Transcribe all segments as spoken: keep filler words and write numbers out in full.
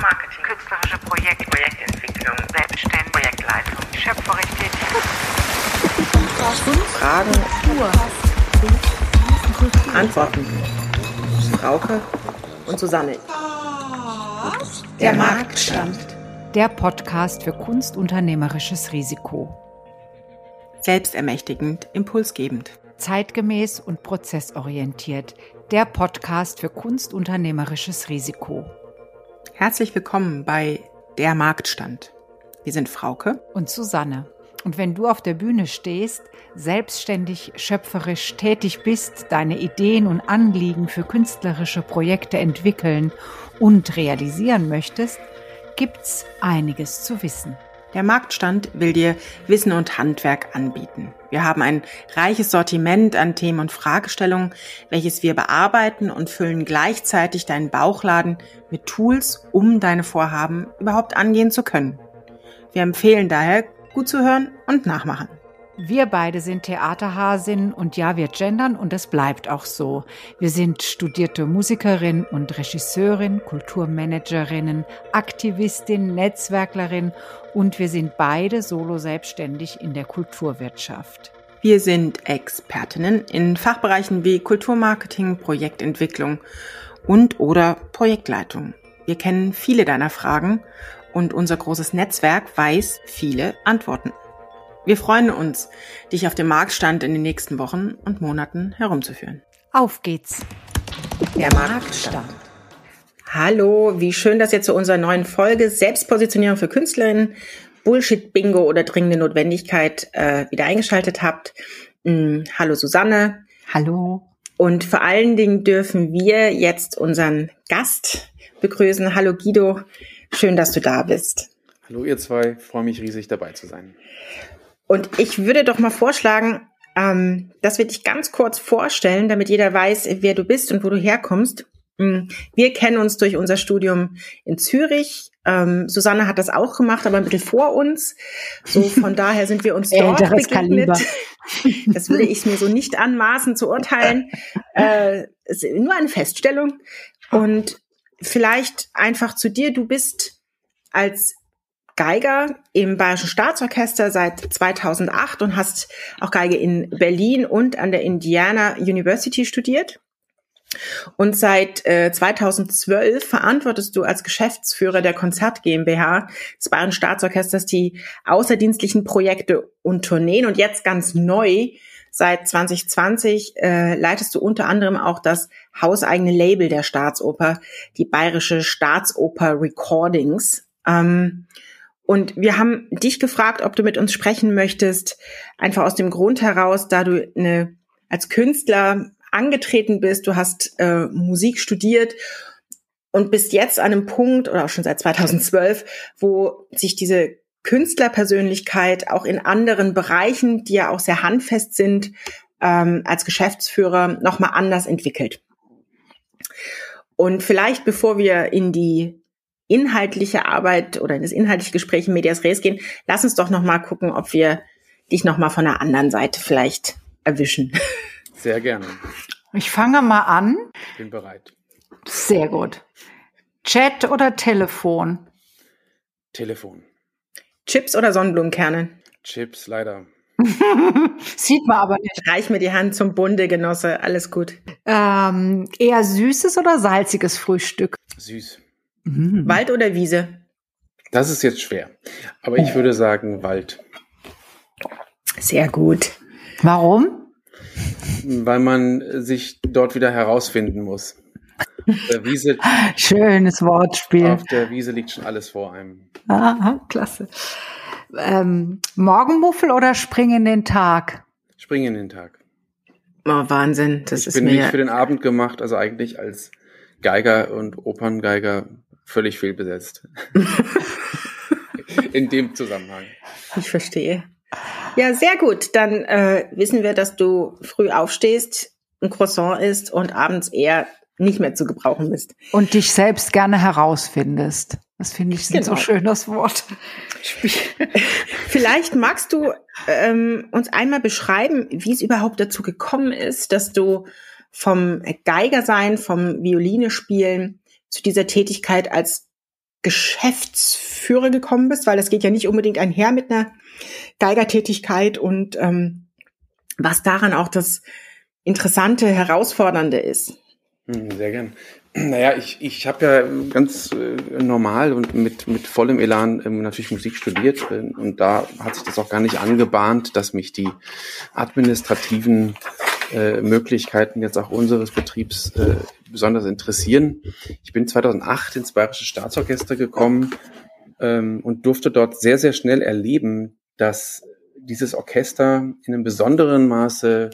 Kulturmarketing, künstlerische Projekte, Projektentwicklung, Selbstständigkeit, Projektleitung, schöpferisch tätig. Fragen, Antworten. Frauke und Susanne. Der Marktstand. Der Podcast für kunstunternehmerisches Risiko. Selbstermächtigend, impulsgebend. Zeitgemäß und prozessorientiert. Der Podcast für kunstunternehmerisches Risiko. Herzlich willkommen bei Der Marktstand. Wir sind Frauke und Susanne. Und wenn du auf der Bühne stehst, selbstständig, schöpferisch tätig bist, deine Ideen und Anliegen für künstlerische Projekte entwickeln und realisieren möchtest, gibt's einiges zu wissen. Der Marktstand will dir Wissen und Handwerk anbieten. Wir haben ein reiches Sortiment an Themen und Fragestellungen, welches wir bearbeiten und füllen gleichzeitig deinen Bauchladen mit Tools, um deine Vorhaben überhaupt angehen zu können. Wir empfehlen daher, gut zu hören und nachmachen. Wir beide sind Theaterhasinnen und ja, wir gendern und es bleibt auch so. Wir sind studierte Musikerin und Regisseurin, Kulturmanagerinnen, Aktivistin, Netzwerklerin und wir sind beide solo selbstständig in der Kulturwirtschaft. Wir sind Expertinnen in Fachbereichen wie Kulturmarketing, Projektentwicklung und oder Projektleitung. Wir kennen viele deiner Fragen und unser großes Netzwerk weiß viele Antworten. Wir freuen uns, dich auf dem Marktstand in den nächsten Wochen und Monaten herumzuführen. Auf geht's! Der Marktstand. Hallo, wie schön, dass ihr zu unserer neuen Folge Selbstpositionierung für Künstlerinnen, Bullshit-Bingo oder dringende Notwendigkeit äh, wieder eingeschaltet habt. Hm, hallo Susanne. Hallo. Und vor allen Dingen dürfen wir jetzt unseren Gast begrüßen. Hallo Guido, schön, dass du da bist. Hallo ihr zwei, freue mich riesig dabei zu sein. Und ich würde doch mal vorschlagen, ähm, dass wir dich ganz kurz vorstellen, damit jeder weiß, wer du bist und wo du herkommst. Wir kennen uns durch unser Studium in Zürich. Ähm, Susanne hat das auch gemacht, aber ein bisschen vor uns. So von daher sind wir uns dort Älteres begegnet. Kaliber. Das würde ich mir so nicht anmaßen zu urteilen. Äh, es ist nur eine Feststellung. Und vielleicht einfach zu dir. Du bist als Geiger im Bayerischen Staatsorchester seit zweitausendacht und hast auch Geige in Berlin und an der Indiana University studiert. Und seit äh, zweitausendzwölf verantwortest du als Geschäftsführer der Konzert GmbH des Bayerischen Staatsorchesters die außerdienstlichen Projekte und Tourneen. Und jetzt ganz neu, seit zwanzig zwanzig, äh, leitest du unter anderem auch das hauseigene Label der Staatsoper, die Bayerische Staatsoper Recordings. Ähm, Und wir haben dich gefragt, ob du mit uns sprechen möchtest, einfach aus dem Grund heraus, da du eine, als Künstler angetreten bist, du hast äh, Musik studiert und bist jetzt an einem Punkt, oder auch schon seit zweitausendzwölf, wo sich diese Künstlerpersönlichkeit auch in anderen Bereichen, die ja auch sehr handfest sind, ähm, als Geschäftsführer nochmal anders entwickelt. Und vielleicht, bevor wir in die inhaltliche Arbeit oder in das inhaltliche Gespräch in Medias Res gehen, lass uns doch noch mal gucken, ob wir dich noch mal von der anderen Seite vielleicht erwischen. Sehr gerne. Ich fange mal an. Bin bereit. Sehr gut. Chat oder Telefon? Telefon. Chips oder Sonnenblumenkerne? Chips, leider. Sieht man aber nicht. Reich mir die Hand zum Bunde, Genosse. Alles gut. Ähm, eher süßes oder salziges Frühstück? Süß. Mhm. Wald oder Wiese? Das ist jetzt schwer. Aber ich würde sagen Wald. Sehr gut. Warum? Weil man sich dort wieder herausfinden muss. Auf der Wiese, Schönes Wortspiel. auf der Wiese liegt schon alles vor einem. Aha, klasse. Ähm, Morgenmuffel oder Spring in den Tag? Spring in den Tag. Oh, Wahnsinn. Das ich ist bin mir nicht für den Abend gemacht, also eigentlich als Geiger und Operngeiger völlig fehlbesetzt. In dem Zusammenhang. Ich verstehe. Ja, sehr gut. Dann äh, wissen wir, dass du früh aufstehst, ein Croissant isst und abends eher nicht mehr zu gebrauchen bist. Und dich selbst gerne herausfindest. Das finde ich Genau. so schön, das Wort. Vielleicht magst du ähm, uns einmal beschreiben, wie es überhaupt dazu gekommen ist, dass du vom Geigersein, vom Violine spielen zu dieser Tätigkeit als Geschäftsführer gekommen bist, weil das geht ja nicht unbedingt einher mit einer Geigertätigkeit und ähm, was daran auch das Interessante, Herausfordernde ist. Sehr gern. Naja, ich, ich habe ja ganz äh, normal und mit, mit vollem Elan ähm, natürlich Musik studiert äh, und da hat sich das auch gar nicht angebahnt, dass mich die administrativen äh, Möglichkeiten jetzt auch unseres Betriebs äh, besonders interessieren. Ich bin zweitausendacht ins Bayerische Staatsorchester gekommen ähm, und durfte dort sehr, sehr schnell erleben, dass dieses Orchester in einem besonderen Maße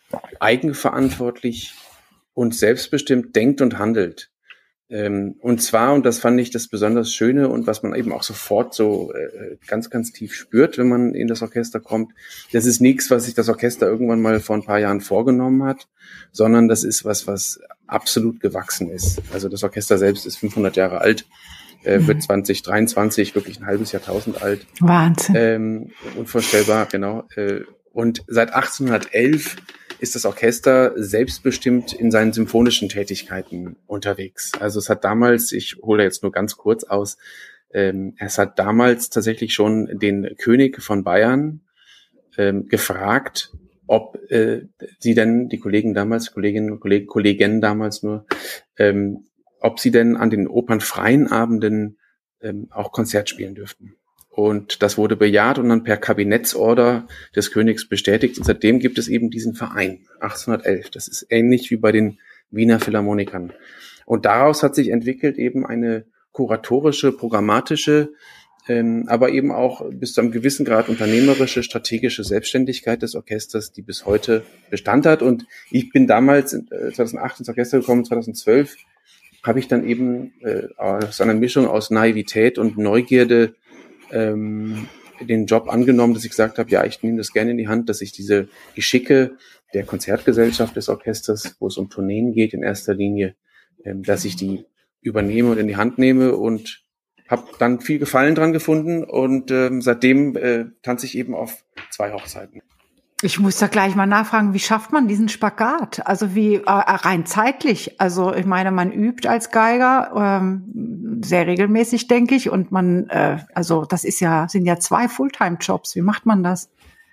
eigenverantwortlich und selbstbestimmt denkt und handelt. Ähm, und zwar, und das fand ich das besonders Schöne und was man eben auch sofort so äh, ganz, ganz tief spürt, wenn man in das Orchester kommt, das ist nichts, was sich das Orchester irgendwann mal vor ein paar Jahren vorgenommen hat, sondern das ist was, was absolut gewachsen ist. Also das Orchester selbst ist fünfhundert Jahre alt, äh, mhm. wird zwanzig dreiundzwanzig wirklich ein halbes Jahrtausend alt. Wahnsinn. Ähm, unvorstellbar, genau. Äh, und seit achtzehnhundertelf ist das Orchester selbstbestimmt in seinen symphonischen Tätigkeiten unterwegs. Also es hat damals, ich hole jetzt nur ganz kurz aus, ähm, es hat damals tatsächlich schon den König von Bayern ähm, gefragt, ob äh, sie denn, die Kollegen damals, Kolleginnen und Kollegen, Kollegen damals nur, ähm, ob sie denn an den opernfreien Abenden ähm, auch Konzert spielen dürften. Und das wurde bejaht und dann per Kabinettsorder des Königs bestätigt. Und seitdem gibt es eben diesen Verein, achtzehnhundertelf. Das ist ähnlich wie bei den Wiener Philharmonikern. Und daraus hat sich entwickelt eben eine kuratorische, programmatische, ähm, aber eben auch bis zu einem gewissen Grad unternehmerische, strategische Selbstständigkeit des Orchesters, die bis heute Bestand hat. Und ich bin damals äh, zweitausendacht ins Orchester gekommen, zweitausendzwölf habe ich dann eben äh, aus einer Mischung aus Naivität und Neugierde ähm, den Job angenommen, dass ich gesagt habe, ja, ich nehme das gerne in die Hand, dass ich diese Geschicke der Konzertgesellschaft des Orchesters, wo es um Tourneen geht in erster Linie, ähm, dass ich die übernehme und in die Hand nehme und habe dann viel Gefallen dran gefunden und ähm, seitdem äh, tanze ich eben auf zwei Hochzeiten. Ich muss da gleich mal nachfragen, wie schafft man diesen Spagat? Also wie äh, rein zeitlich? Also ich meine, man übt als Geiger ähm, sehr regelmäßig, denke ich, und man, äh, also das ist ja, sind ja zwei Fulltime-Jobs. Wie macht man das?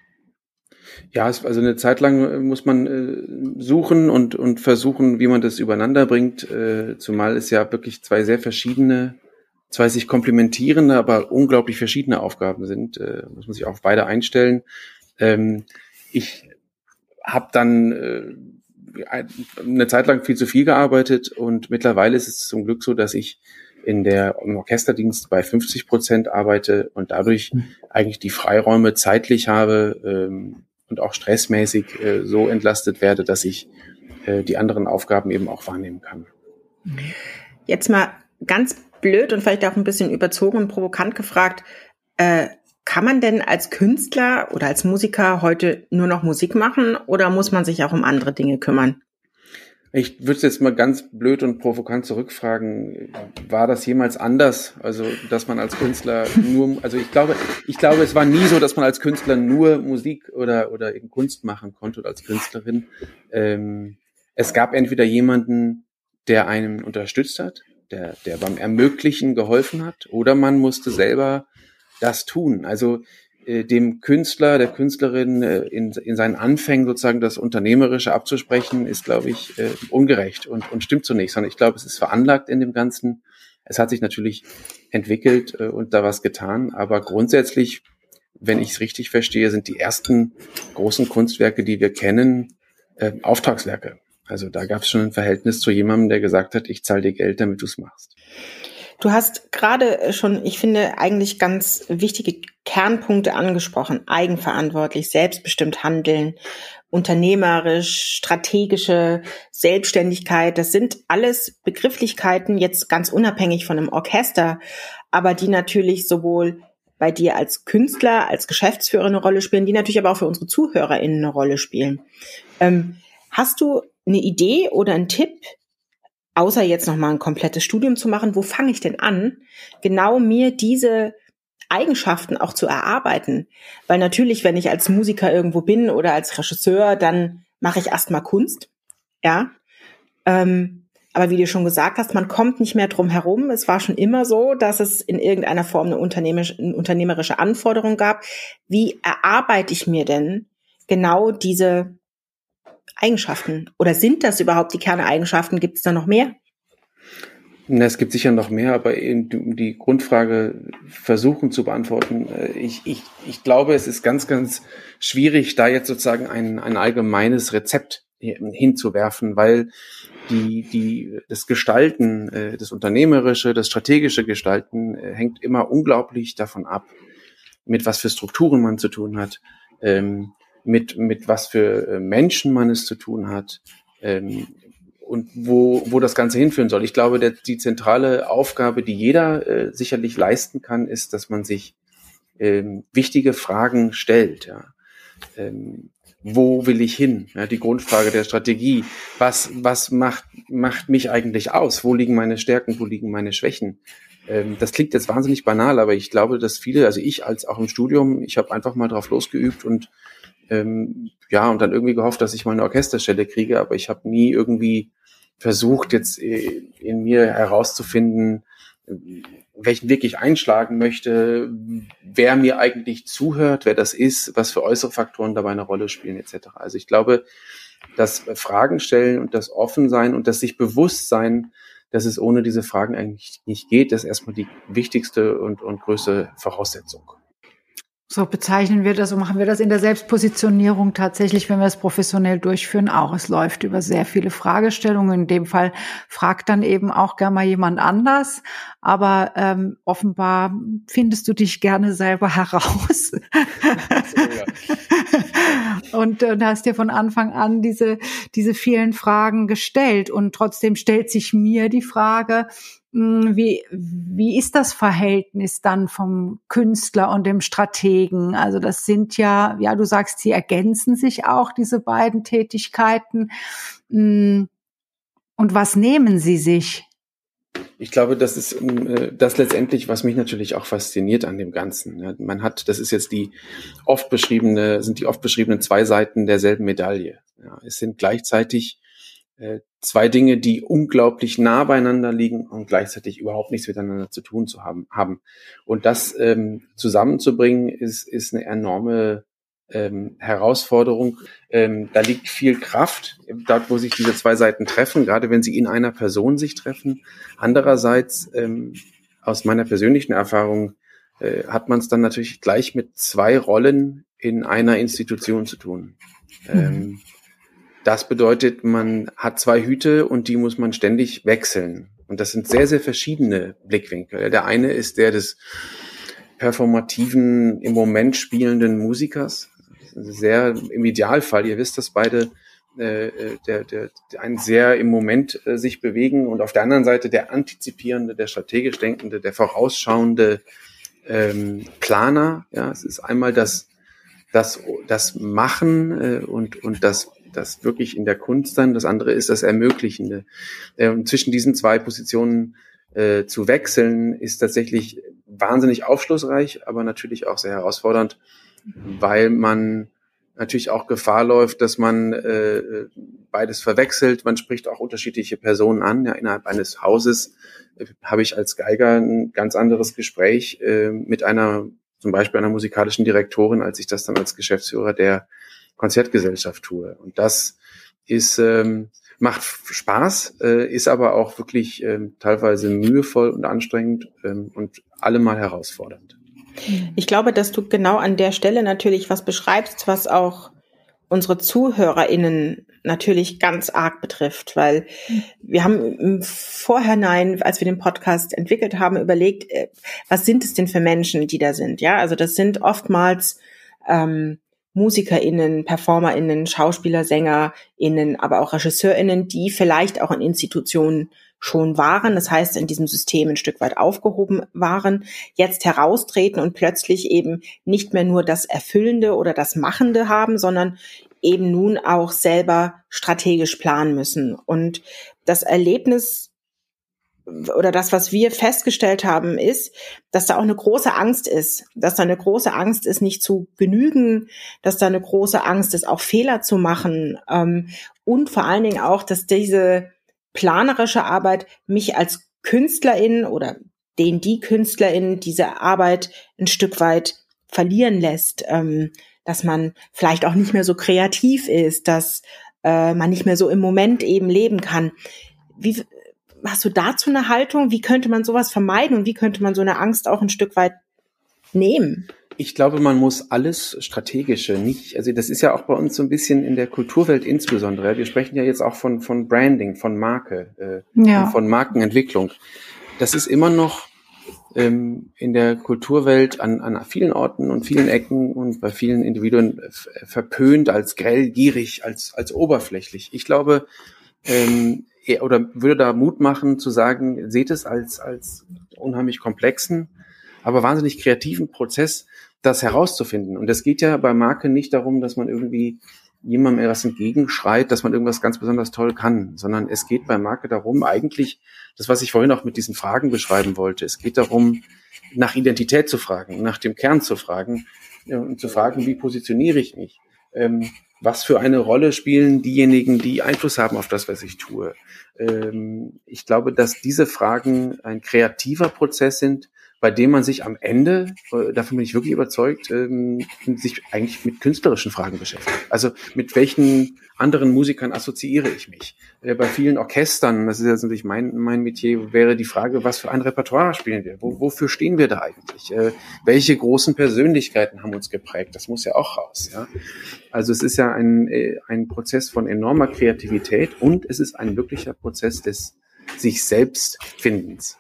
Ja, es, also eine Zeit lang muss man äh, suchen und und versuchen, wie man das übereinander bringt. Äh, zumal es ja wirklich zwei sehr verschiedene, zwei sich komplementierende, aber unglaublich verschiedene Aufgaben sind. Äh, muss man sich auf beide einstellen. Ähm, Ich habe dann äh, eine Zeit lang viel zu viel gearbeitet und mittlerweile ist es zum Glück so, dass ich in der im Orchesterdienst bei fünfzig Prozent arbeite und dadurch mhm. eigentlich die Freiräume zeitlich habe ähm, und auch stressmäßig äh, so entlastet werde, dass ich äh, die anderen Aufgaben eben auch wahrnehmen kann. Jetzt mal ganz blöd und vielleicht auch ein bisschen überzogen und provokant gefragt, äh, kann man denn als Künstler oder als Musiker heute nur noch Musik machen oder muss man sich auch um andere Dinge kümmern? Ich würde jetzt mal ganz blöd und provokant zurückfragen, war das jemals anders? Also, dass man als Künstler nur, also ich glaube, ich glaube, es war nie so, dass man als Künstler nur Musik oder, oder eben Kunst machen konnte oder als Künstlerin. Ähm, es gab entweder jemanden, der einen unterstützt hat, der, der beim Ermöglichen geholfen hat, oder man musste selber das tun. Also äh, dem Künstler, der Künstlerin äh, in, in seinen Anfängen sozusagen das Unternehmerische abzusprechen, ist, glaube ich, äh, ungerecht und, und stimmt so nicht, sondern ich glaube, es ist veranlagt in dem Ganzen. Es hat sich natürlich entwickelt äh, und da was getan, aber grundsätzlich, wenn ich es richtig verstehe, sind die ersten großen Kunstwerke, die wir kennen, äh, Auftragswerke. Also da gab es schon ein Verhältnis zu jemandem, der gesagt hat, ich zahle dir Geld, damit du es machst. Du hast gerade schon, ich finde, eigentlich ganz wichtige Kernpunkte angesprochen. Eigenverantwortlich, selbstbestimmt handeln, unternehmerisch, strategische Selbstständigkeit. Das sind alles Begrifflichkeiten, jetzt ganz unabhängig von einem Orchester, aber die natürlich sowohl bei dir als Künstler, als Geschäftsführer eine Rolle spielen, die natürlich aber auch für unsere ZuhörerInnen eine Rolle spielen. Ähm, hast du eine Idee oder einen Tipp, außer jetzt nochmal ein komplettes Studium zu machen, wo fange ich denn an, genau mir diese Eigenschaften auch zu erarbeiten? Weil natürlich, wenn ich als Musiker irgendwo bin oder als Regisseur, dann mache ich erstmal Kunst, ja. Ähm, Aber wie du schon gesagt hast, man kommt nicht mehr drum herum. Es war schon immer so, dass es in irgendeiner Form eine unternehmerische, eine unternehmerische Anforderung gab. Wie erarbeite ich mir denn genau diese Eigenschaften? Oder sind das überhaupt die Kerneigenschaften? Gibt es da noch mehr? Na, es gibt sicher noch mehr, aber um die Grundfrage versuchen zu beantworten, ich, ich, ich glaube, es ist ganz, ganz schwierig, da jetzt sozusagen ein, ein allgemeines Rezept hinzuwerfen, weil die, die, das Gestalten, das unternehmerische, das strategische Gestalten hängt immer unglaublich davon ab, mit was für Strukturen man zu tun hat, mit, mit was für Menschen man es zu tun hat, und wo, wo das Ganze hinführen soll. Ich glaube, der, die zentrale Aufgabe, die jeder äh, sicherlich leisten kann, ist, dass man sich ähm, wichtige Fragen stellt. Ja. Ähm, wo will ich hin? Ja, die Grundfrage der Strategie. Was, was macht, macht mich eigentlich aus? Wo liegen meine Stärken? Wo liegen meine Schwächen? Ähm, das klingt jetzt wahnsinnig banal, aber ich glaube, dass viele, also ich als auch im Studium, ich habe einfach mal drauf losgeübt und ähm, ja, und dann irgendwie gehofft, dass ich mal eine Orchesterstelle kriege, aber ich habe nie irgendwie versucht, jetzt in mir herauszufinden, welchen Weg ich einschlagen möchte, wer mir eigentlich zuhört, wer das ist, was für äußere Faktoren dabei eine Rolle spielen, et cetera. Also ich glaube, das Fragen stellen und das Offensein und das sich bewusst sein, dass es ohne diese Fragen eigentlich nicht geht, das ist erstmal die wichtigste und, und größte Voraussetzung. So bezeichnen wir das und machen wir das in der Selbstpositionierung tatsächlich, wenn wir es professionell durchführen, auch. Es läuft über sehr viele Fragestellungen. In dem Fall fragt dann eben auch gerne mal jemand anders. Aber ähm, offenbar findest du dich gerne selber heraus. Und äh, hast dir von Anfang an diese, diese vielen Fragen gestellt. Und trotzdem stellt sich mir die Frage, Wie, wie ist das Verhältnis dann vom Künstler und dem Strategen? Also das sind ja, ja, du sagst, sie ergänzen sich auch, diese beiden Tätigkeiten. Und was nehmen sie sich? Ich glaube, das ist äh, das letztendlich, was mich natürlich auch fasziniert an dem Ganzen. Ja, man hat, das ist jetzt die oft beschriebene, sind die oft beschriebenen zwei Seiten derselben Medaille. Ja, es sind gleichzeitig äh, zwei Dinge, die unglaublich nah beieinander liegen und gleichzeitig überhaupt nichts miteinander zu tun zu haben. haben. Und das ähm, zusammenzubringen, ist, ist eine enorme ähm, Herausforderung. Ähm, da liegt viel Kraft, dort, wo sich diese zwei Seiten treffen, gerade wenn sie in einer Person sich treffen. Andererseits, ähm, aus meiner persönlichen Erfahrung, äh, hat man es dann natürlich gleich mit zwei Rollen in einer Institution zu tun. Mhm. Ähm, Das bedeutet, man hat zwei Hüte und die muss man ständig wechseln. Und das sind sehr, sehr verschiedene Blickwinkel. Der eine ist der des performativen, im Moment spielenden Musikers. Sehr im Idealfall, ihr wisst das beide, äh, der, der, der ein sehr im Moment äh, sich bewegen und auf der anderen Seite der antizipierende, der strategisch denkende, der vorausschauende ähm, Planer. Ja, es ist einmal das, das, das Machen äh, und, und das das wirklich in der Kunst sein, das andere ist das Ermöglichende. Und zwischen diesen zwei Positionen äh, zu wechseln, ist tatsächlich wahnsinnig aufschlussreich, aber natürlich auch sehr herausfordernd, weil man natürlich auch Gefahr läuft, dass man äh, beides verwechselt. Man spricht auch unterschiedliche Personen an. Ja, innerhalb eines Hauses äh, habe ich als Geiger ein ganz anderes Gespräch äh, mit einer, zum Beispiel einer musikalischen Direktorin, als ich das dann als Geschäftsführer der Konzertgesellschaft tue. Und das ist ähm, macht Spaß, äh, ist aber auch wirklich ähm, teilweise mühevoll und anstrengend ähm, und allemal herausfordernd. Ich glaube, dass du genau an der Stelle natürlich was beschreibst, was auch unsere ZuhörerInnen natürlich ganz arg betrifft, weil wir haben im Vorhinein, als wir den Podcast entwickelt haben, überlegt, äh, was sind es denn für Menschen, die da sind? Ja, also das sind oftmals ähm, MusikerInnen, PerformerInnen, Schauspieler, SängerInnen, aber auch RegisseurInnen, die vielleicht auch in Institutionen schon waren, das heißt in diesem System ein Stück weit aufgehoben waren, jetzt heraustreten und plötzlich eben nicht mehr nur das Erfüllende oder das Machende haben, sondern eben nun auch selber strategisch planen müssen. Und das Erlebnis oder das, was wir festgestellt haben, ist, dass da auch eine große Angst ist, dass da eine große Angst ist, nicht zu genügen, dass da eine große Angst ist, auch Fehler zu machen, ähm, und vor allen Dingen auch, dass diese planerische Arbeit mich als Künstlerin oder den die Künstlerin diese Arbeit ein Stück weit verlieren lässt, ähm, dass man vielleicht auch nicht mehr so kreativ ist, dass äh, man nicht mehr so im Moment eben leben kann. Wie hast du dazu eine Haltung? Wie könnte man sowas vermeiden und wie könnte man so eine Angst auch ein Stück weit nehmen? Ich glaube, man muss alles Strategische nicht, also das ist ja auch bei uns so ein bisschen in der Kulturwelt insbesondere. Wir sprechen ja jetzt auch von, von Branding, von Marke, äh, Ja. von Markenentwicklung. Das ist immer noch ähm, in der Kulturwelt an, an vielen Orten und vielen Ecken und bei vielen Individuen f- verpönt als grell, gierig, als, als oberflächlich. Ich glaube, ähm, eher- oder würde da Mut machen zu sagen, seht es als, als unheimlich komplexen, aber wahnsinnig kreativen Prozess, das herauszufinden. Und es geht ja bei Marke nicht darum, dass man irgendwie jemandem etwas entgegenschreit, dass man irgendwas ganz besonders toll kann, sondern es geht bei Marke darum, eigentlich, das, was ich vorhin auch mit diesen Fragen beschreiben wollte, es geht darum, nach Identität zu fragen, nach dem Kern zu fragen ja, und zu fragen, wie positioniere ich mich? Ähm, was für eine Rolle spielen diejenigen, die Einfluss haben auf das, was ich tue? Ähm, ich glaube, dass diese Fragen ein kreativer Prozess sind, bei dem man sich am Ende, äh, davon bin ich wirklich überzeugt, ähm, sich eigentlich mit künstlerischen Fragen beschäftigt. Also mit welchen anderen Musikern assoziiere ich mich? Äh, bei vielen Orchestern, das ist jetzt natürlich mein, mein Metier, wäre die Frage, was für ein Repertoire spielen wir? Wo, wofür stehen wir da eigentlich? Äh, welche großen Persönlichkeiten haben uns geprägt? Das muss ja auch raus. Ja? Also es ist ja ein, äh, ein Prozess von enormer Kreativität und es ist ein wirklicher Prozess des sich selbst Findens.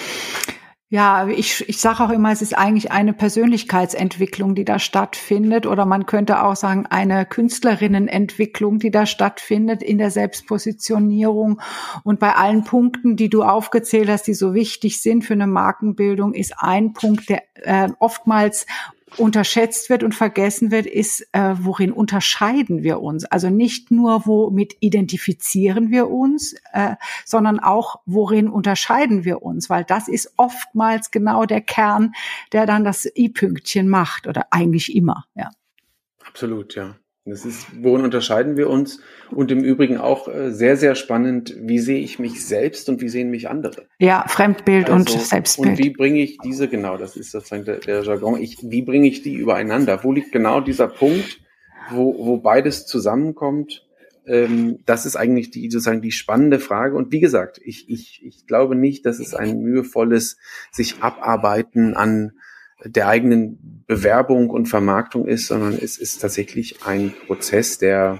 Ja, ich, ich sage auch immer, es ist eigentlich eine Persönlichkeitsentwicklung, die da stattfindet. Oder man könnte auch sagen, eine Künstlerinnenentwicklung, die da stattfindet in der Selbstpositionierung. Und bei allen Punkten, die du aufgezählt hast, die so wichtig sind für eine Markenbildung, ist ein Punkt, der äh, oftmals unterschätzt wird und vergessen wird, ist, äh, worin unterscheiden wir uns? Also nicht nur, womit identifizieren wir uns, äh, sondern auch, worin unterscheiden wir uns? Weil das ist oftmals genau der Kern, der dann das I-Pünktchen macht oder eigentlich immer, ja. Absolut, ja. Das ist, worin unterscheiden wir uns? Und im Übrigen auch äh, sehr, sehr spannend, wie sehe ich mich selbst und wie sehen mich andere? Ja, Fremdbild Also, und Selbstbild. Und wie bringe ich diese, genau, das ist sozusagen der, der Jargon, ich, wie bringe ich die übereinander? Wo liegt genau dieser Punkt, wo, wo beides zusammenkommt? Ähm, das ist eigentlich die, sozusagen die spannende Frage. Und wie gesagt, ich, ich, ich glaube nicht, dass es ein mühevolles sich abarbeiten an der eigenen Bewerbung und Vermarktung ist, sondern es ist tatsächlich ein Prozess, der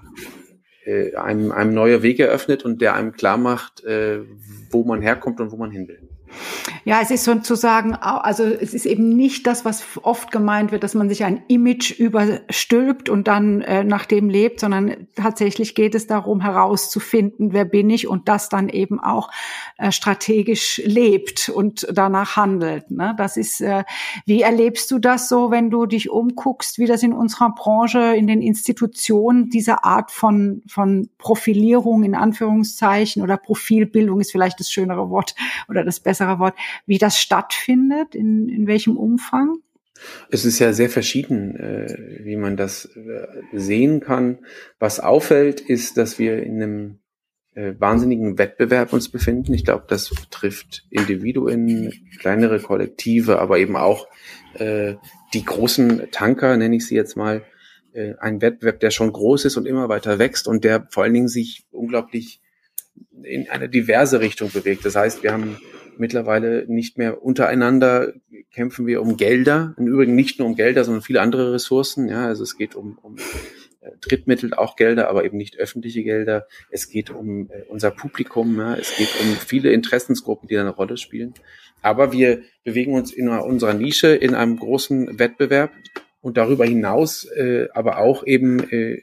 äh, einem, einem neue Wege eröffnet und der einem klar macht, äh, wo man herkommt und wo man hin will. Ja, es ist sozusagen, also es ist eben nicht das, was oft gemeint wird, dass man sich ein Image überstülpt und dann äh, nach dem lebt, sondern tatsächlich geht es darum, herauszufinden, wer bin ich und das dann eben auch äh, strategisch lebt und danach handelt. Ne? Das ist, äh, wie erlebst du das so, wenn du dich umguckst, wie das in unserer Branche, in den Institutionen, diese Art von von Profilierung in Anführungszeichen oder Profilbildung ist vielleicht das schönere Wort oder das bessere Wort, wie das stattfindet, in, in welchem Umfang? Es ist ja sehr verschieden, äh, wie man das äh, sehen kann. Was auffällt, ist, dass wir in einem äh, wahnsinnigen Wettbewerb uns befinden. Ich glaube, das betrifft Individuen, kleinere Kollektive, aber eben auch äh, die großen Tanker, nenne ich sie jetzt mal. Äh, ein Wettbewerb, der schon groß ist und immer weiter wächst und der vor allen Dingen sich unglaublich in eine diverse Richtung bewegt. Das heißt, wir haben mittlerweile nicht mehr untereinander kämpfen wir um Gelder, im Übrigen nicht nur um Gelder, sondern viele andere Ressourcen. Ja, also es geht um, um äh, Drittmittel, auch Gelder, aber eben nicht öffentliche Gelder. Es geht um äh, unser Publikum, ja, es geht um viele Interessensgruppen, die da eine Rolle spielen. Aber wir bewegen uns in unserer Nische in einem großen Wettbewerb und darüber hinaus, äh, aber auch eben äh,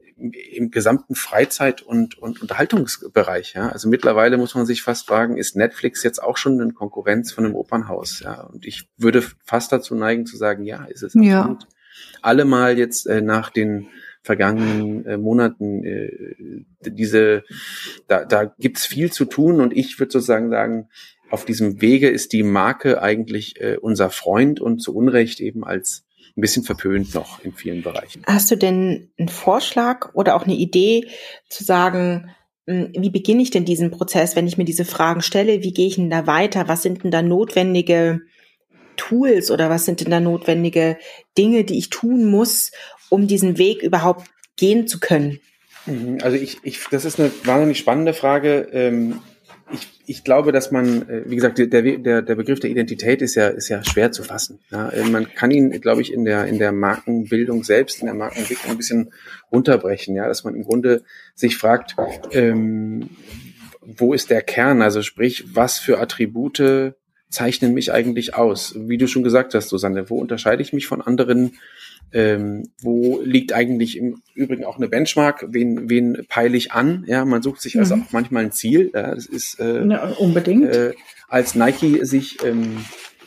im gesamten Freizeit- und, und Unterhaltungsbereich. Ja. Also mittlerweile muss man sich fast fragen, ist Netflix jetzt auch schon eine Konkurrenz von einem Opernhaus? Ja. Und ich würde fast dazu neigen zu sagen, ja, ist es absolut. Ja. Alle mal jetzt äh, nach den vergangenen äh, Monaten äh, diese, da, da gibt's viel zu tun und ich würde sozusagen sagen, auf diesem Wege ist die Marke eigentlich äh, unser Freund und zu Unrecht eben als ein bisschen verpönt noch in vielen Bereichen. Hast du denn einen Vorschlag oder auch eine Idee zu sagen, wie beginne ich denn diesen Prozess, wenn ich mir diese Fragen stelle? Wie gehe ich denn da weiter? Was sind denn da notwendige Tools oder was sind denn da notwendige Dinge, die ich tun muss, um diesen Weg überhaupt gehen zu können? Also ich, ich, das ist eine wahnsinnig spannende Frage. Ähm, ich, ich glaube, dass man, wie gesagt, der, der, der Begriff der Identität ist ja, ist ja schwer zu fassen. Ja, man kann ihn, glaube ich, in der, in der Markenbildung selbst, in der Markenentwicklung ein bisschen runterbrechen, ja, dass man im Grunde sich fragt, ähm, wo ist der Kern? Also sprich, was für Attribute zeichnen mich eigentlich aus? Wie du schon gesagt hast, Susanne, wo unterscheide ich mich von anderen? Ähm, wo liegt eigentlich im Übrigen auch eine Benchmark? Wen, wen peile ich an? Ja, man sucht sich also mhm. auch manchmal ein Ziel. Ja, das ist äh, ja, unbedingt. Äh, als Nike sich ähm,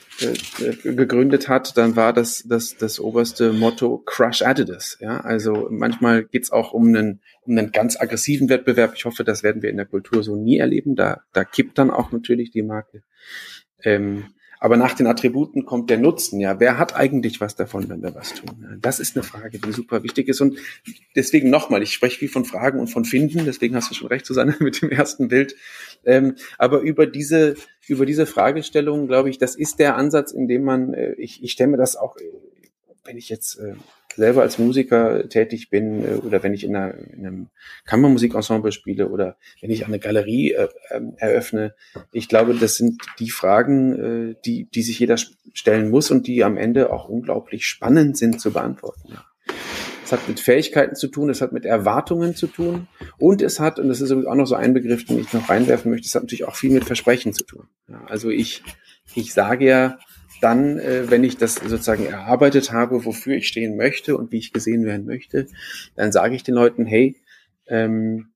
äh, gegründet hat, dann war das das das oberste Motto Crush Adidas. Ja, also manchmal geht's auch um einen um einen ganz aggressiven Wettbewerb. Ich hoffe, das werden wir in der Kultur so nie erleben. Da da kippt dann auch natürlich die Marke. Ähm, Aber nach den Attributen kommt der Nutzen. Ja, wer hat eigentlich was davon, wenn wir was tun? Das ist eine Frage, die super wichtig ist. Und deswegen nochmal, ich spreche viel von Fragen und von Finden. Deswegen hast du schon recht, Susanne, mit dem ersten Bild. Ähm, aber über diese, über diese Fragestellung, glaube ich, das ist der Ansatz, in dem man, äh, ich, ich stelle mir das auch, wenn ich jetzt äh, selber als Musiker tätig bin äh, oder wenn ich in, einer, in einem Kammermusikensemble spiele oder wenn ich eine Galerie äh, äh, eröffne. Ich glaube, das sind die Fragen, äh, die, die sich jeder stellen muss und die am Ende auch unglaublich spannend sind zu beantworten. Ja. Es hat mit Fähigkeiten zu tun, es hat mit Erwartungen zu tun und es hat, und das ist auch noch so ein Begriff, den ich noch reinwerfen möchte, es hat natürlich auch viel mit Versprechen zu tun. Ja, also ich, ich sage ja, dann, äh, wenn ich das sozusagen erarbeitet habe, wofür ich stehen möchte und wie ich gesehen werden möchte, dann sage ich den Leuten, hey, ähm,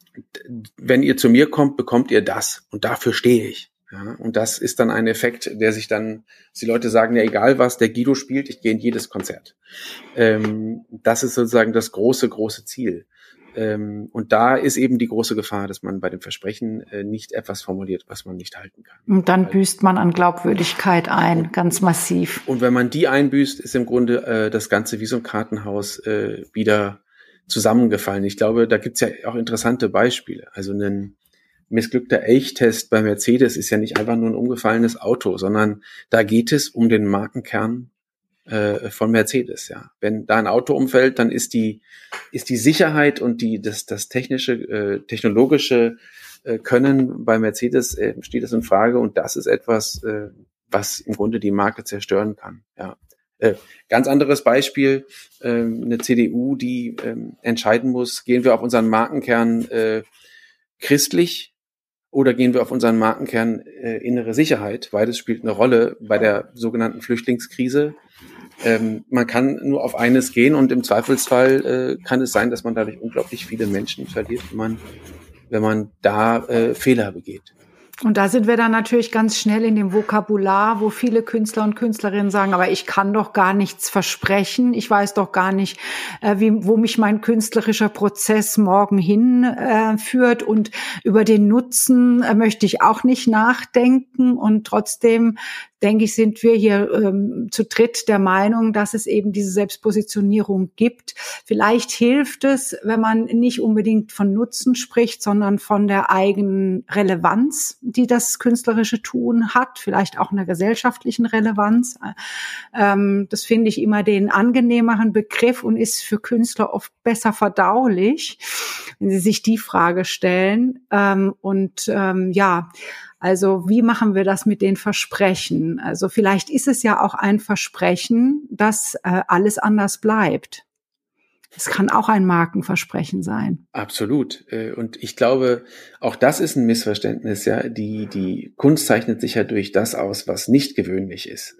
wenn ihr zu mir kommt, bekommt ihr das und dafür stehe ich. Ja, und das ist dann ein Effekt, der sich dann, die Leute sagen, ja egal was der Guido spielt, ich gehe in jedes Konzert. Ähm, das ist sozusagen das große, große Ziel. Ähm, und da ist eben die große Gefahr, dass man bei dem Versprechen äh, nicht etwas formuliert, was man nicht halten kann. Und dann büßt man an Glaubwürdigkeit ein, ganz massiv. Und wenn man die einbüßt, ist im Grunde äh, das Ganze wie so ein Kartenhaus äh, wieder zusammengefallen. Ich glaube, da gibt's ja auch interessante Beispiele. Also ein missglückter Elchtest bei Mercedes ist ja nicht einfach nur ein umgefallenes Auto, sondern da geht es um den Markenkern von Mercedes, ja. Wenn da ein Auto umfällt, dann ist die ist die Sicherheit und die das das technische äh, technologische äh, Können bei Mercedes äh, steht das in Frage und das ist etwas, äh, was im Grunde die Marke zerstören kann, ja. Äh, ganz anderes Beispiel, äh, eine C D U, die äh, entscheiden muss, gehen wir auf unseren Markenkern äh, christlich oder gehen wir auf unseren Markenkern äh, innere Sicherheit? Beides spielt eine Rolle bei der sogenannten Flüchtlingskrise. Ähm, man kann nur auf eines gehen und im Zweifelsfall äh, kann es sein, dass man dadurch unglaublich viele Menschen verliert, wenn man, wenn man da äh, Fehler begeht. Und da sind wir dann natürlich ganz schnell in dem Vokabular, wo viele Künstler und Künstlerinnen sagen, aber ich kann doch gar nichts versprechen. Ich weiß doch gar nicht, äh, wie, wo mich mein künstlerischer Prozess morgen hinführt. Äh, und über den Nutzen äh, möchte ich auch nicht nachdenken. Und trotzdem, denke ich, sind wir hier ähm, zu dritt der Meinung, dass es eben diese Selbstpositionierung gibt. Vielleicht hilft es, wenn man nicht unbedingt von Nutzen spricht, sondern von der eigenen Relevanz, die das künstlerische Tun hat, vielleicht auch einer gesellschaftlichen Relevanz. Ähm, das finde ich immer den angenehmeren Begriff und ist für Künstler oft besser verdaulich, wenn sie sich die Frage stellen. Ähm, und ähm, ja, also wie machen wir das mit den Versprechen? Also vielleicht ist es ja auch ein Versprechen, dass äh, alles anders bleibt. Es kann auch ein Markenversprechen sein. Absolut. Und ich glaube, auch das ist ein Missverständnis. Ja, die die Kunst zeichnet sich ja durch das aus, was nicht gewöhnlich ist.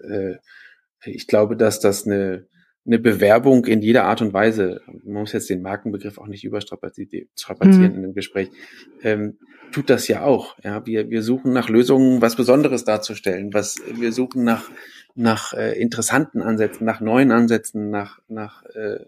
Ich glaube, dass das eine eine Bewerbung in jeder Art und Weise, man muss jetzt den Markenbegriff auch nicht überstrapazieren mhm. in dem Gespräch, ähm, tut das ja auch. Ja, wir wir suchen nach Lösungen, was Besonderes darzustellen, was wir suchen nach nach äh, interessanten Ansätzen, nach neuen Ansätzen, nach nach äh,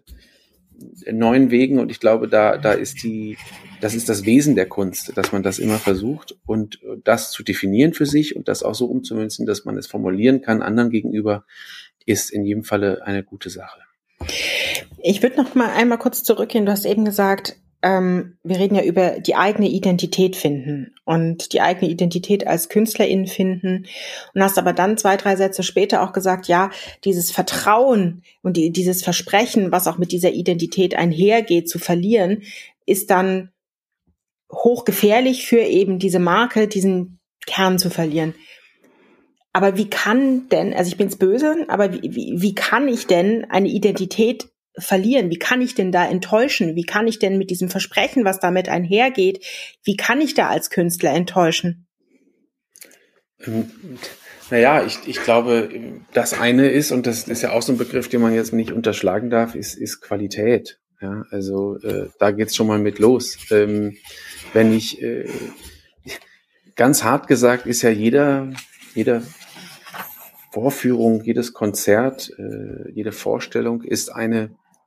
neuen Wegen und ich glaube, da da ist die, das ist das Wesen der Kunst, dass man das immer versucht und das zu definieren für sich und das auch so umzumünzen, dass man es formulieren kann anderen gegenüber, ist in jedem Falle eine gute Sache. Ich würde noch mal einmal kurz zurückgehen. Du hast eben gesagt, ähm, wir reden ja über die eigene Identität finden und die eigene Identität als KünstlerInnen finden und hast aber dann zwei, drei Sätze später auch gesagt, ja, dieses Vertrauen und die, dieses Versprechen, was auch mit dieser Identität einhergeht, zu verlieren, ist dann hochgefährlich für eben diese Marke, diesen Kern zu verlieren. Aber wie kann denn, also ich bin's böse, aber wie, wie, wie kann ich denn eine Identität verlieren? Wie kann ich denn da enttäuschen? Wie kann ich denn mit diesem Versprechen, was damit einhergeht, wie kann ich da als Künstler enttäuschen? Ähm, naja, ich, ich glaube, das eine ist, und das ist ja auch so ein Begriff, den man jetzt nicht unterschlagen darf, ist, ist Qualität. Ja, also äh, da geht's schon mal mit los. Ähm, wenn ich, äh, ganz hart gesagt, ist ja jeder, jeder Vorführung, jedes Konzert, äh, jede Vorstellung ist eine,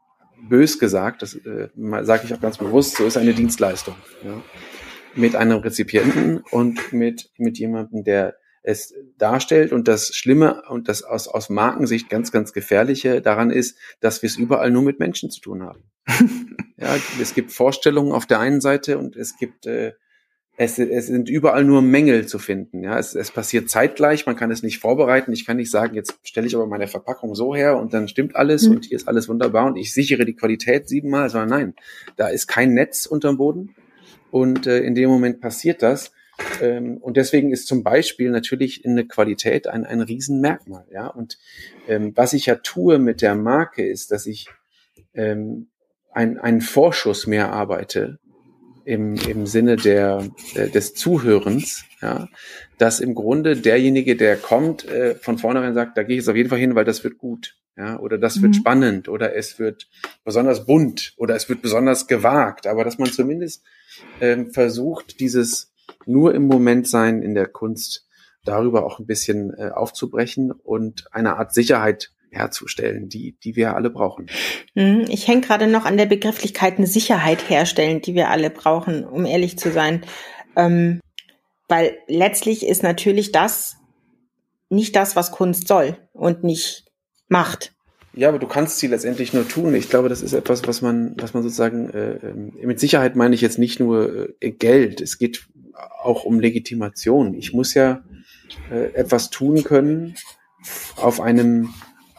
bös gesagt, das äh, sage ich auch ganz bewusst, so ist eine Dienstleistung. Ja? Mit einem Rezipienten und mit mit jemandem, der es darstellt. Und das Schlimme und das aus aus Markensicht ganz, ganz Gefährliche daran ist, dass wir es überall nur mit Menschen zu tun haben. Ja, es gibt Vorstellungen auf der einen Seite und es gibt äh, Es, es sind überall nur Mängel zu finden. Ja, es, es passiert zeitgleich. Man kann es nicht vorbereiten. Ich kann nicht sagen, jetzt stelle ich aber meine Verpackung so her und dann stimmt alles mhm. und hier ist alles wunderbar und ich sichere die Qualität siebenmal. Sondern nein, da ist kein Netz unterm Boden und äh, in dem Moment passiert das. Ähm, und deswegen ist zum Beispiel natürlich eine Qualität ein ein Riesenmerkmal. Ja, und ähm, was ich ja tue mit der Marke ist, dass ich ähm, ein, einen Vorschuss mehr arbeite. Im, im Sinne der, äh, des Zuhörens, ja, dass im Grunde derjenige, der kommt, äh, von vornherein sagt, da gehe ich jetzt auf jeden Fall hin, weil das wird gut, ja, oder das mhm. wird spannend, oder es wird besonders bunt, oder es wird besonders gewagt, aber dass man zumindest ähm, versucht, dieses nur im Moment sein in der Kunst darüber auch ein bisschen äh, aufzubrechen und eine Art Sicherheit herzustellen, die die wir alle brauchen. Ich hänge gerade noch an der Begrifflichkeit eine Sicherheit herstellen, die wir alle brauchen, um ehrlich zu sein. Ähm, weil letztlich ist natürlich das nicht das, was Kunst soll und nicht macht. Ja, aber du kannst sie letztendlich nur tun. Ich glaube, das ist etwas, was man, was man sozusagen, äh, mit Sicherheit meine ich jetzt nicht nur äh, Geld. Es geht auch um Legitimation. Ich muss ja äh, etwas tun können auf einem,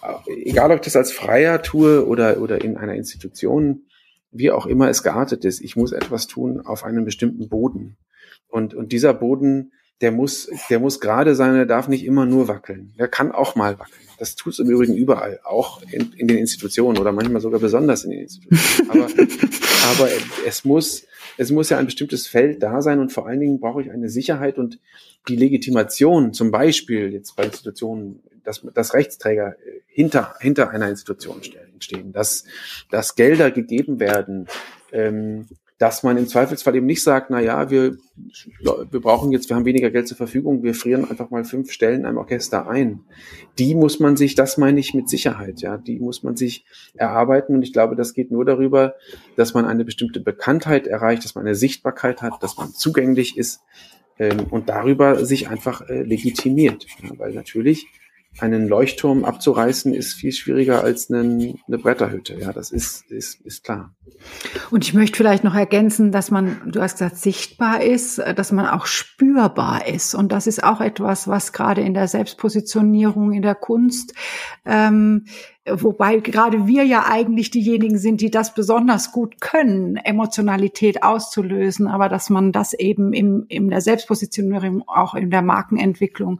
egal ob ich das als Freier tue oder, oder in einer Institution, wie auch immer es geartet ist, ich muss etwas tun auf einem bestimmten Boden. Und, und dieser Boden, der muss, der muss gerade sein, der darf nicht immer nur wackeln. Der kann auch mal wackeln. Das tut es im Übrigen überall, auch in, in den Institutionen oder manchmal sogar besonders in den Institutionen. Aber, aber es muss, es muss ja ein bestimmtes Feld da sein und vor allen Dingen brauche ich eine Sicherheit und die Legitimation, zum Beispiel jetzt bei Institutionen, dass, dass Rechtsträger hinter, hinter einer Institution stehen, dass, dass Gelder gegeben werden, ähm, dass man im Zweifelsfall eben nicht sagt, na ja, wir, wir brauchen jetzt, wir haben weniger Geld zur Verfügung, wir frieren einfach mal fünf Stellen einem Orchester ein. Die muss man sich, das meine ich mit Sicherheit, ja, die muss man sich erarbeiten und ich glaube, das geht nur darüber, dass man eine bestimmte Bekanntheit erreicht, dass man eine Sichtbarkeit hat, dass man zugänglich ist ähm, und darüber sich einfach äh, legitimiert, ja, weil natürlich einen Leuchtturm abzureißen ist viel schwieriger als eine, eine Bretterhütte. Ja, das ist, ist, ist klar. Und ich möchte vielleicht noch ergänzen, dass man, du hast gesagt, sichtbar ist, dass man auch spürbar ist. Und das ist auch etwas, was gerade in der Selbstpositionierung in der Kunst, ähm, wobei gerade wir ja eigentlich diejenigen sind, die das besonders gut können, Emotionalität auszulösen, aber dass man das eben im, in der Selbstpositionierung, auch in der Markenentwicklung,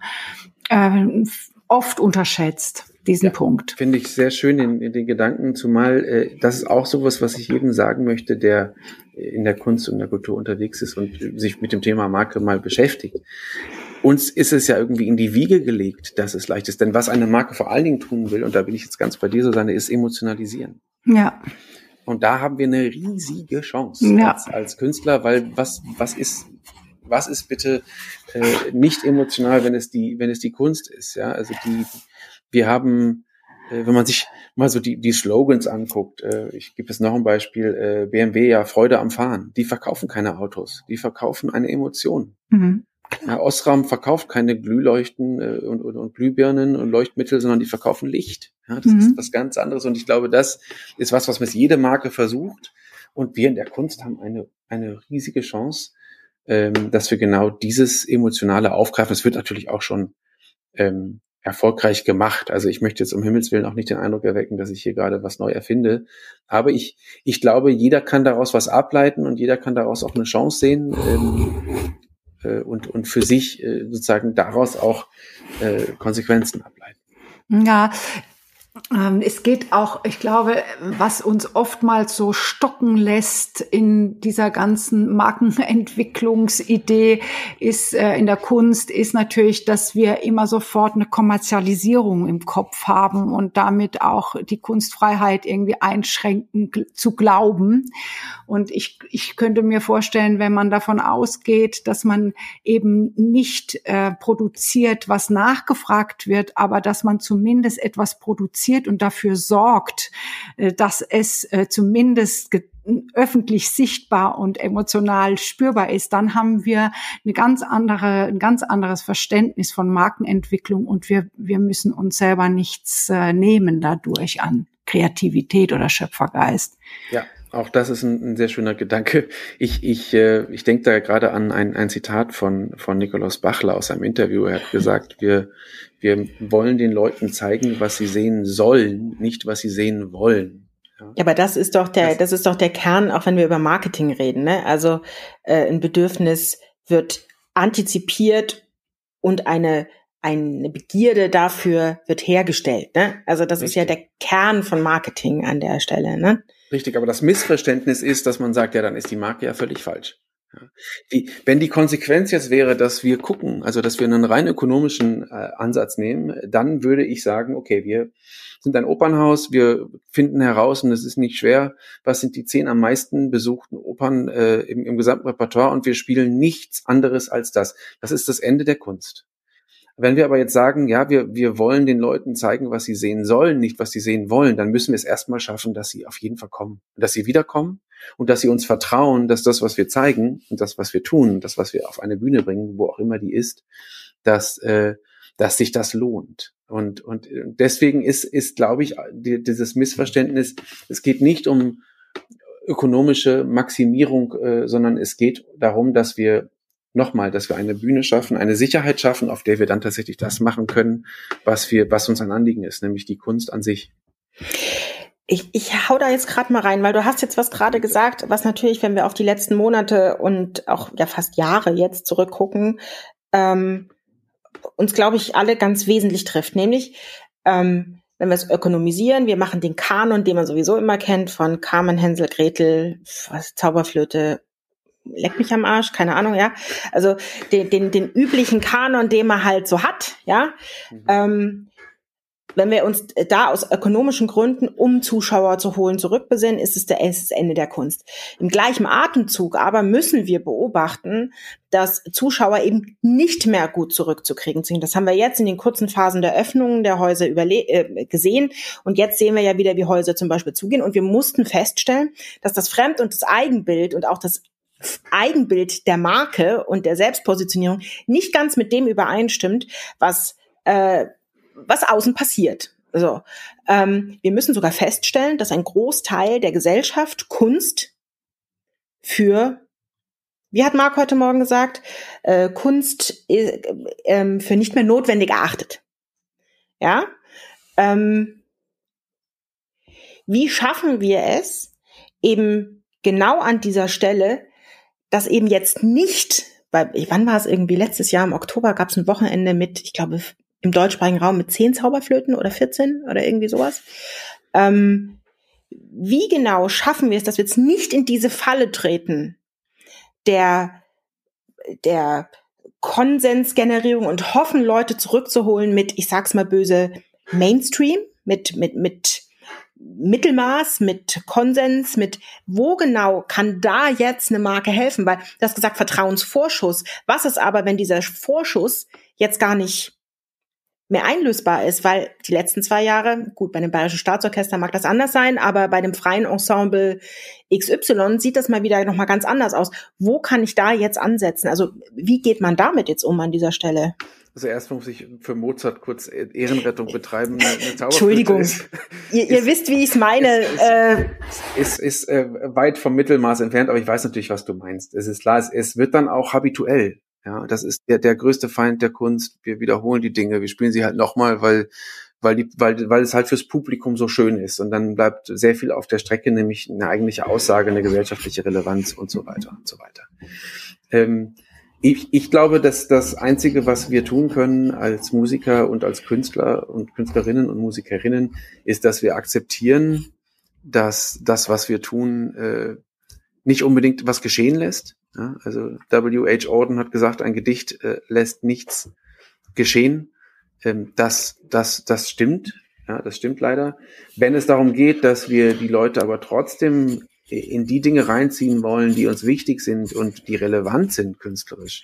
äh, oft unterschätzt, diesen ja, Punkt. Finde ich sehr schön in, in den Gedanken, zumal äh, das ist auch sowas, was ich jedem sagen möchte, der in der Kunst und der Kultur unterwegs ist und sich mit dem Thema Marke mal beschäftigt. Uns ist es ja irgendwie in die Wiege gelegt, dass es leicht ist. Denn was eine Marke vor allen Dingen tun will, und da bin ich jetzt ganz bei dir, Susanne, ist emotionalisieren. Ja. Und da haben wir eine riesige Chance ja. als, als Künstler, weil was, was ist... Was ist bitte äh, nicht emotional, wenn es die, wenn es die Kunst ist? Ja, also die, wir haben, äh, wenn man sich mal so die die Slogans anguckt, äh, ich gebe es noch ein Beispiel: äh, B M W, ja, Freude am Fahren. Die verkaufen keine Autos, die verkaufen eine Emotion. Mhm. Ja, Osram verkauft keine Glühleuchten äh, und, und, und Glühbirnen und Leuchtmittel, sondern die verkaufen Licht. Ja, das mhm. ist was ganz anderes. Und ich glaube, das ist was, was mit jede Marke versucht. Und wir in der Kunst haben eine, eine riesige Chance, ähm, dass wir genau dieses emotionale aufgreifen. Es wird natürlich auch schon ähm, erfolgreich gemacht. Also ich möchte jetzt um Himmels Willen auch nicht den Eindruck erwecken, dass ich hier gerade was neu erfinde. Aber ich, ich glaube, jeder kann daraus was ableiten und jeder kann daraus auch eine Chance sehen ähm, äh, und, und für sich äh, sozusagen daraus auch äh, Konsequenzen ableiten. Ja, ähm, es geht auch, ich glaube, was uns oftmals so stocken lässt in dieser ganzen Markenentwicklungsidee ist äh, in der Kunst, ist natürlich, dass wir immer sofort eine Kommerzialisierung im Kopf haben und damit auch die Kunstfreiheit irgendwie einschränken zu glauben. Und ich, ich könnte mir vorstellen, wenn man davon ausgeht, dass man eben nicht äh, produziert, was nachgefragt wird, aber dass man zumindest etwas produziert und dafür sorgt, dass es zumindest öffentlich sichtbar und emotional spürbar ist, dann haben wir eine ganz andere, ein ganz anderes Verständnis von Markenentwicklung und wir, wir müssen uns selber nichts nehmen dadurch an Kreativität oder Schöpfergeist. Ja. Auch das ist ein, ein sehr schöner Gedanke. Ich, ich, äh, ich denke da gerade an ein, ein Zitat von, von Nikolaus Bachler aus einem Interview. Er hat gesagt, wir, wir wollen den Leuten zeigen, was sie sehen sollen, nicht was sie sehen wollen. Ja, ja, aber das ist doch der, das, das ist doch der Kern, auch wenn wir über Marketing reden, ne? Also, äh, ein Bedürfnis wird antizipiert und eine, eine Begierde dafür wird hergestellt, ne? Also, das Richtig. Ist ja der Kern von Marketing an der Stelle, ne? Richtig, aber das Missverständnis ist, dass man sagt, ja, dann ist die Marke ja völlig falsch. Ja. Die, wenn die Konsequenz jetzt wäre, dass wir gucken, also dass wir einen rein ökonomischen äh, Ansatz nehmen, dann würde ich sagen, okay, wir sind ein Opernhaus, wir finden heraus, und es ist nicht schwer, was sind die zehn am meisten besuchten Opern äh, im, im gesamten Repertoire und wir spielen nichts anderes als das. Das ist das Ende der Kunst. Wenn wir aber jetzt sagen, ja, wir, wir wollen den Leuten zeigen, was sie sehen sollen, nicht was sie sehen wollen, dann müssen wir es erstmal schaffen, dass sie auf jeden Fall kommen. Dass sie wiederkommen und dass sie uns vertrauen, dass das, was wir zeigen und das, was wir tun, das, was wir auf eine Bühne bringen, wo auch immer die ist, dass, äh, dass sich das lohnt. Und, und deswegen ist, ist, glaube ich, die, dieses Missverständnis, es geht nicht um ökonomische Maximierung, äh, sondern es geht darum, dass wir Nochmal, dass wir eine Bühne schaffen, eine Sicherheit schaffen, auf der wir dann tatsächlich das machen können, was wir, was uns ein Anliegen ist, nämlich die Kunst an sich. Ich, ich hau da jetzt gerade mal rein, weil du hast jetzt was gerade gesagt, was natürlich, wenn wir auf die letzten Monate und auch ja fast Jahre jetzt zurückgucken, ähm, uns, glaube ich, alle ganz wesentlich trifft. Nämlich, ähm, wenn wir es ökonomisieren, wir machen den Kanon, den man sowieso immer kennt, von Carmen, Hänsel, Gretel, was, Zauberflöte, leck mich am Arsch, keine Ahnung, ja. Also den, den, den üblichen Kanon, den man halt so hat, ja. Mhm. Ähm, wenn wir uns da aus ökonomischen Gründen, um Zuschauer zu holen, zurückbesinnen, ist es der, ist das Ende der Kunst. Im gleichen Atemzug aber müssen wir beobachten, dass Zuschauer eben nicht mehr gut zurückzukriegen sind. Das haben wir jetzt in den kurzen Phasen der Öffnungen der Häuser überle- äh, gesehen. Und jetzt sehen wir ja wieder, wie Häuser zum Beispiel zugehen. Und wir mussten feststellen, dass das Fremd- und das Eigenbild und auch das Eigenbild der Marke und der Selbstpositionierung nicht ganz mit dem übereinstimmt, was äh, was außen passiert. Also, ähm, wir müssen sogar feststellen, dass ein Großteil der Gesellschaft Kunst für, wie hat Marc heute Morgen gesagt, äh, Kunst äh, äh, für nicht mehr notwendig erachtet. Ja? Ähm, wie schaffen wir es, eben genau an dieser Stelle, dass eben jetzt nicht, weil, wann war es irgendwie, letztes Jahr im Oktober gab es ein Wochenende mit, ich glaube, im deutschsprachigen Raum mit zehn Zauberflöten oder vierzehn oder irgendwie sowas. Ähm, wie genau schaffen wir es, dass wir jetzt nicht in diese Falle treten der, der Konsensgenerierung und hoffen, Leute zurückzuholen mit, ich sag's mal böse, Mainstream, mit, mit, mit Mittelmaß, mit Konsens, mit wo genau kann da jetzt eine Marke helfen? Weil du hast gesagt, Vertrauensvorschuss. Was ist aber, wenn dieser Vorschuss jetzt gar nicht mehr einlösbar ist, weil die letzten zwei Jahre, gut, bei dem Bayerischen Staatsorchester mag das anders sein, aber bei dem freien Ensemble X Y sieht das mal wieder nochmal ganz anders aus. Wo kann ich da jetzt ansetzen? Also wie geht man damit jetzt um an dieser Stelle? Also erst muss ich für Mozart kurz Ehrenrettung betreiben. Eine, eine Entschuldigung, ist, ihr, ihr ist, wisst, wie ich es meine. Ist, äh, ist, ist äh, weit vom Mittelmaß entfernt, aber ich weiß natürlich, was du meinst. Es ist klar, es, es wird dann auch habituell. Ja, das ist der, der größte Feind der Kunst. Wir wiederholen die Dinge, wir spielen sie halt nochmal, weil weil die, weil, weil es halt fürs Publikum so schön ist. Und dann bleibt sehr viel auf der Strecke, nämlich eine eigentliche Aussage, eine gesellschaftliche Relevanz und so weiter und so weiter. Ähm, Ich, ich glaube, dass das Einzige, was wir tun können als Musiker und als Künstler und Künstlerinnen und Musikerinnen, ist, dass wir akzeptieren, dass das, was wir tun, äh, nicht unbedingt was geschehen lässt. Ja, also W H Auden hat gesagt, ein Gedicht äh, lässt nichts geschehen. Ähm, das, das, das stimmt. Ja, das stimmt leider. Wenn es darum geht, dass wir die Leute aber trotzdem in die Dinge reinziehen wollen, die uns wichtig sind und die relevant sind künstlerisch,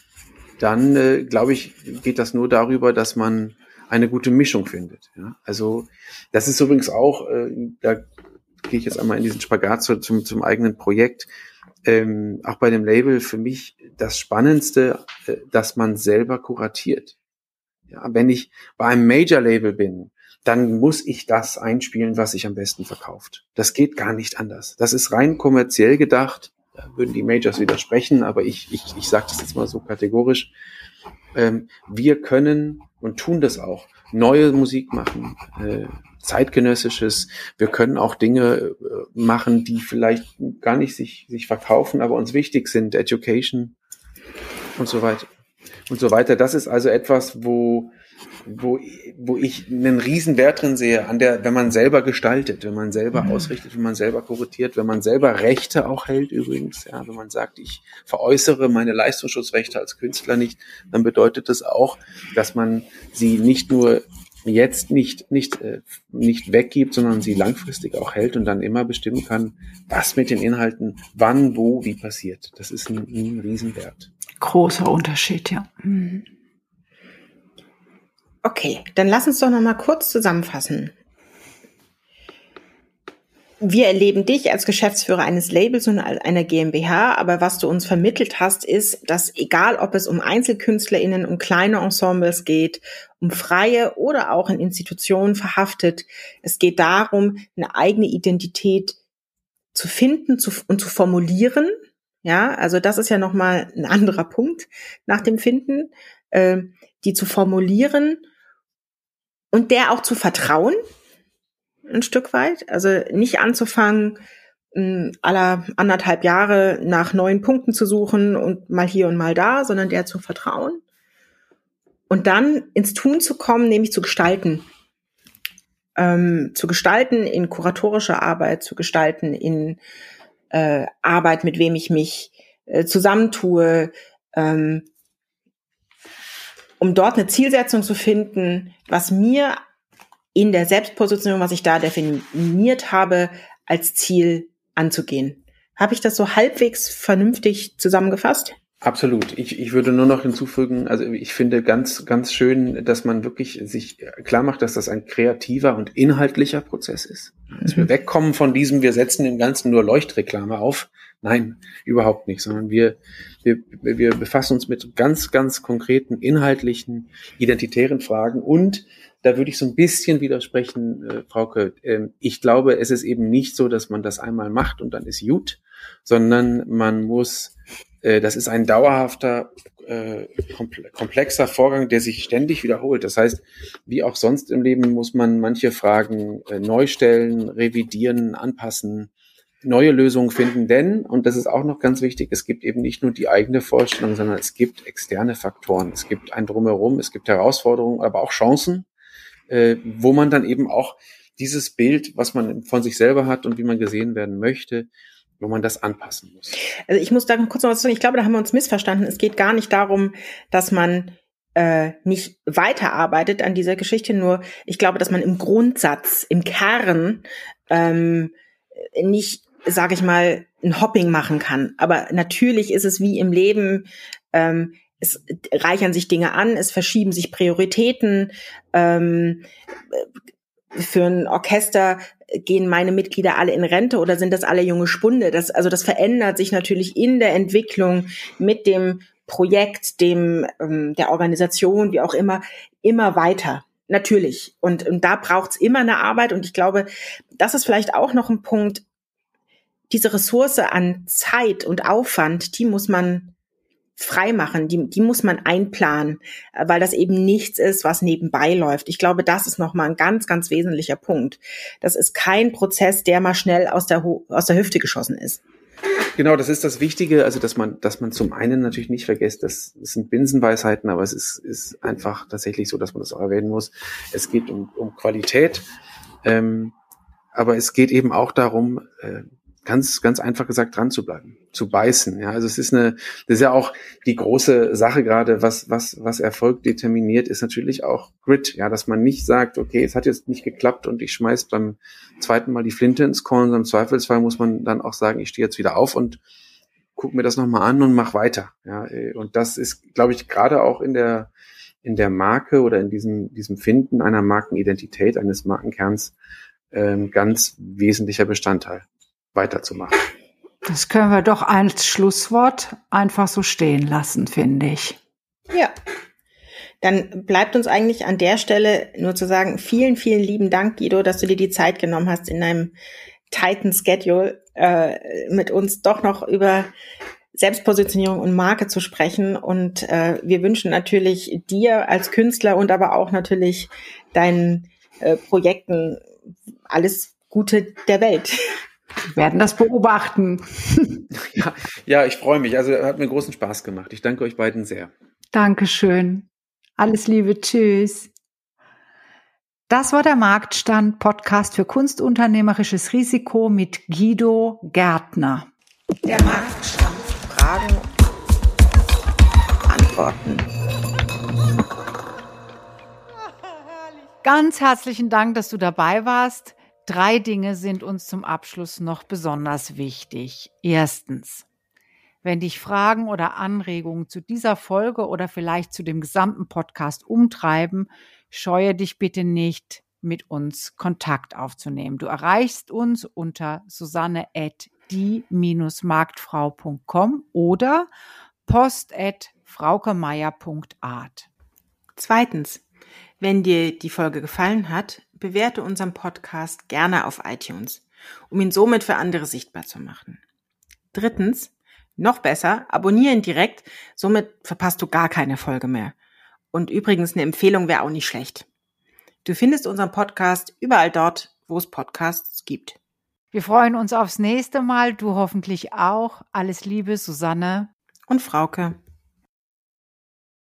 dann äh, glaube ich, geht das nur darüber, dass man eine gute Mischung findet. Ja? Also das ist übrigens auch, äh, da gehe ich jetzt einmal in diesen Spagat zu, zum, zum eigenen Projekt, ähm, auch bei dem Label für mich das Spannendste, äh, dass man selber kuratiert. Ja, wenn ich bei einem Major-Label bin, dann muss ich das einspielen, was sich am besten verkauft. Das geht gar nicht anders. Das ist rein kommerziell gedacht. Da würden die Majors widersprechen, aber ich, ich, ich sage das jetzt mal so kategorisch. Ähm, wir können und tun das auch. Neue Musik machen, äh, zeitgenössisches. Wir können auch Dinge äh, machen, die vielleicht gar nicht sich, sich verkaufen, aber uns wichtig sind. Education und so weiter. Und so weiter. Das ist also etwas, wo wo wo ich einen riesen Wert drin sehe, an der, wenn man selber gestaltet, wenn man selber mhm. ausrichtet, wenn man selber kuratiert, wenn man selber Rechte auch hält übrigens, ja, wenn man sagt, ich veräußere meine Leistungsschutzrechte als Künstler nicht, dann bedeutet das auch, dass man sie nicht nur jetzt nicht nicht äh, nicht weggibt, sondern sie langfristig auch hält und dann immer bestimmen kann, was mit den Inhalten, wann, wo, wie passiert. Das ist ein, ein Riesenwert. Großer Unterschied, ja. Mhm. Okay, dann lass uns doch noch mal kurz zusammenfassen. Wir erleben dich als Geschäftsführer eines Labels und einer GmbH, aber was du uns vermittelt hast, ist, dass egal, ob es um EinzelkünstlerInnen, um kleine Ensembles geht, um freie oder auch in Institutionen verhaftet, es geht darum, eine eigene Identität zu finden zu, und zu formulieren. Ja, also das ist ja noch mal ein anderer Punkt nach dem Finden, äh, die zu formulieren und der auch zu vertrauen, ein Stück weit. Also nicht anzufangen, aller anderthalb Jahre nach neuen Punkten zu suchen und mal hier und mal da, sondern der zu vertrauen. Und dann ins Tun zu kommen, nämlich zu gestalten. Ähm, zu gestalten in kuratorischer Arbeit, zu gestalten in äh, Arbeit, mit wem ich mich äh, zusammentue, ähm, um dort eine Zielsetzung zu finden, was mir in der Selbstpositionierung, was ich da definiert habe, als Ziel anzugehen. Habe ich das so halbwegs vernünftig zusammengefasst? Absolut. Ich, ich würde nur noch hinzufügen, also ich finde ganz, ganz schön, dass man wirklich sich klar macht, dass das ein kreativer und inhaltlicher Prozess ist. Dass wir wegkommen von diesem, wir setzen dem Ganzen nur Leuchtreklame auf. Nein, überhaupt nicht, sondern wir, wir, wir befassen uns mit ganz, ganz konkreten, inhaltlichen, identitären Fragen. Und da würde ich so ein bisschen widersprechen, äh, Frauke. Äh, ich glaube, es ist eben nicht so, dass man das einmal macht und dann ist gut, sondern man muss, äh, das ist ein dauerhafter, äh, komplexer Vorgang, der sich ständig wiederholt. Das heißt, wie auch sonst im Leben muss man manche Fragen äh, neu stellen, revidieren, anpassen, neue Lösungen finden, denn, und das ist auch noch ganz wichtig, es gibt eben nicht nur die eigene Vorstellung, sondern es gibt externe Faktoren. Es gibt ein Drumherum, es gibt Herausforderungen, aber auch Chancen, äh, wo man dann eben auch dieses Bild, was man von sich selber hat und wie man gesehen werden möchte, wo man das anpassen muss. Also ich muss da kurz noch was sagen. Ich glaube, da haben wir uns missverstanden. Es geht gar nicht darum, dass man äh, nicht weiterarbeitet an dieser Geschichte, nur ich glaube, dass man im Grundsatz, im Kern ähm, nicht, sage ich mal, ein Hopping machen kann. Aber natürlich ist es wie im Leben, ähm, es reichern sich Dinge an, es verschieben sich Prioritäten. Ähm, für ein Orchester gehen meine Mitglieder alle in Rente oder sind das alle junge Spunde? Das, also das verändert sich natürlich in der Entwicklung mit dem Projekt, dem ähm, der Organisation, wie auch immer, immer weiter. Natürlich. Und, und da braucht's immer eine Arbeit. Und ich glaube, das ist vielleicht auch noch ein Punkt, diese Ressource an Zeit und Aufwand, die muss man frei machen, die, die muss man einplanen, weil das eben nichts ist, was nebenbei läuft. Ich glaube, das ist nochmal ein ganz, ganz wesentlicher Punkt. Das ist kein Prozess, der mal schnell aus der, aus der Hüfte geschossen ist. Genau, das ist das Wichtige, also dass man, dass man zum einen natürlich nicht vergisst, das, das sind Binsenweisheiten, aber es ist, ist einfach tatsächlich so, dass man das auch erwähnen muss. Es geht um, um Qualität, ähm, aber es geht eben auch darum, äh, ganz, ganz einfach gesagt, dran zu bleiben, zu beißen. Ja, also es ist eine, das ist ja auch die große Sache gerade, was, was, was Erfolg determiniert, ist natürlich auch Grit. Ja, dass man nicht sagt, okay, es hat jetzt nicht geklappt und ich schmeiß beim zweiten Mal die Flinte ins Korn, sondern im Zweifelsfall muss man dann auch sagen, ich stehe jetzt wieder auf und guck mir das nochmal an und mach weiter. Ja, und das ist, glaube ich, gerade auch in der, in der Marke oder in diesem, diesem Finden einer Markenidentität, eines Markenkerns, ähm, ganz wesentlicher Bestandteil, weiterzumachen. Das können wir doch als Schlusswort einfach so stehen lassen, finde ich. Ja. Dann bleibt uns eigentlich an der Stelle nur zu sagen, vielen, vielen lieben Dank, Guido, dass du dir die Zeit genommen hast, in deinem tighten Schedule äh, mit uns doch noch über Selbstpositionierung und Marke zu sprechen. Und äh, wir wünschen natürlich dir als Künstler und aber auch natürlich deinen äh, Projekten alles Gute der Welt. Wir werden das beobachten. Ja, ja, ich freue mich. Also hat mir großen Spaß gemacht. Ich danke euch beiden sehr. Dankeschön. Alles Liebe. Tschüss. Das war der Marktstand Podcast für kunstunternehmerisches Risiko mit Guido Gärtner. Der Marktstand. Fragen, Antworten. Ganz herzlichen Dank, dass du dabei warst. Drei Dinge sind uns zum Abschluss noch besonders wichtig. Erstens, wenn dich Fragen oder Anregungen zu dieser Folge oder vielleicht zu dem gesamten Podcast umtreiben, scheue dich bitte nicht, mit uns Kontakt aufzunehmen. Du erreichst uns unter susanne at die marktfrau punkt com oder post at fraukemeier punkt art. Zweitens, wenn dir die Folge gefallen hat, bewerte unseren Podcast gerne auf iTunes, um ihn somit für andere sichtbar zu machen. Drittens, noch besser, abonniere ihn direkt, somit verpasst du gar keine Folge mehr. Und übrigens, eine Empfehlung wäre auch nicht schlecht. Du findest unseren Podcast überall dort, wo es Podcasts gibt. Wir freuen uns aufs nächste Mal, du hoffentlich auch. Alles Liebe, Susanne und Frauke.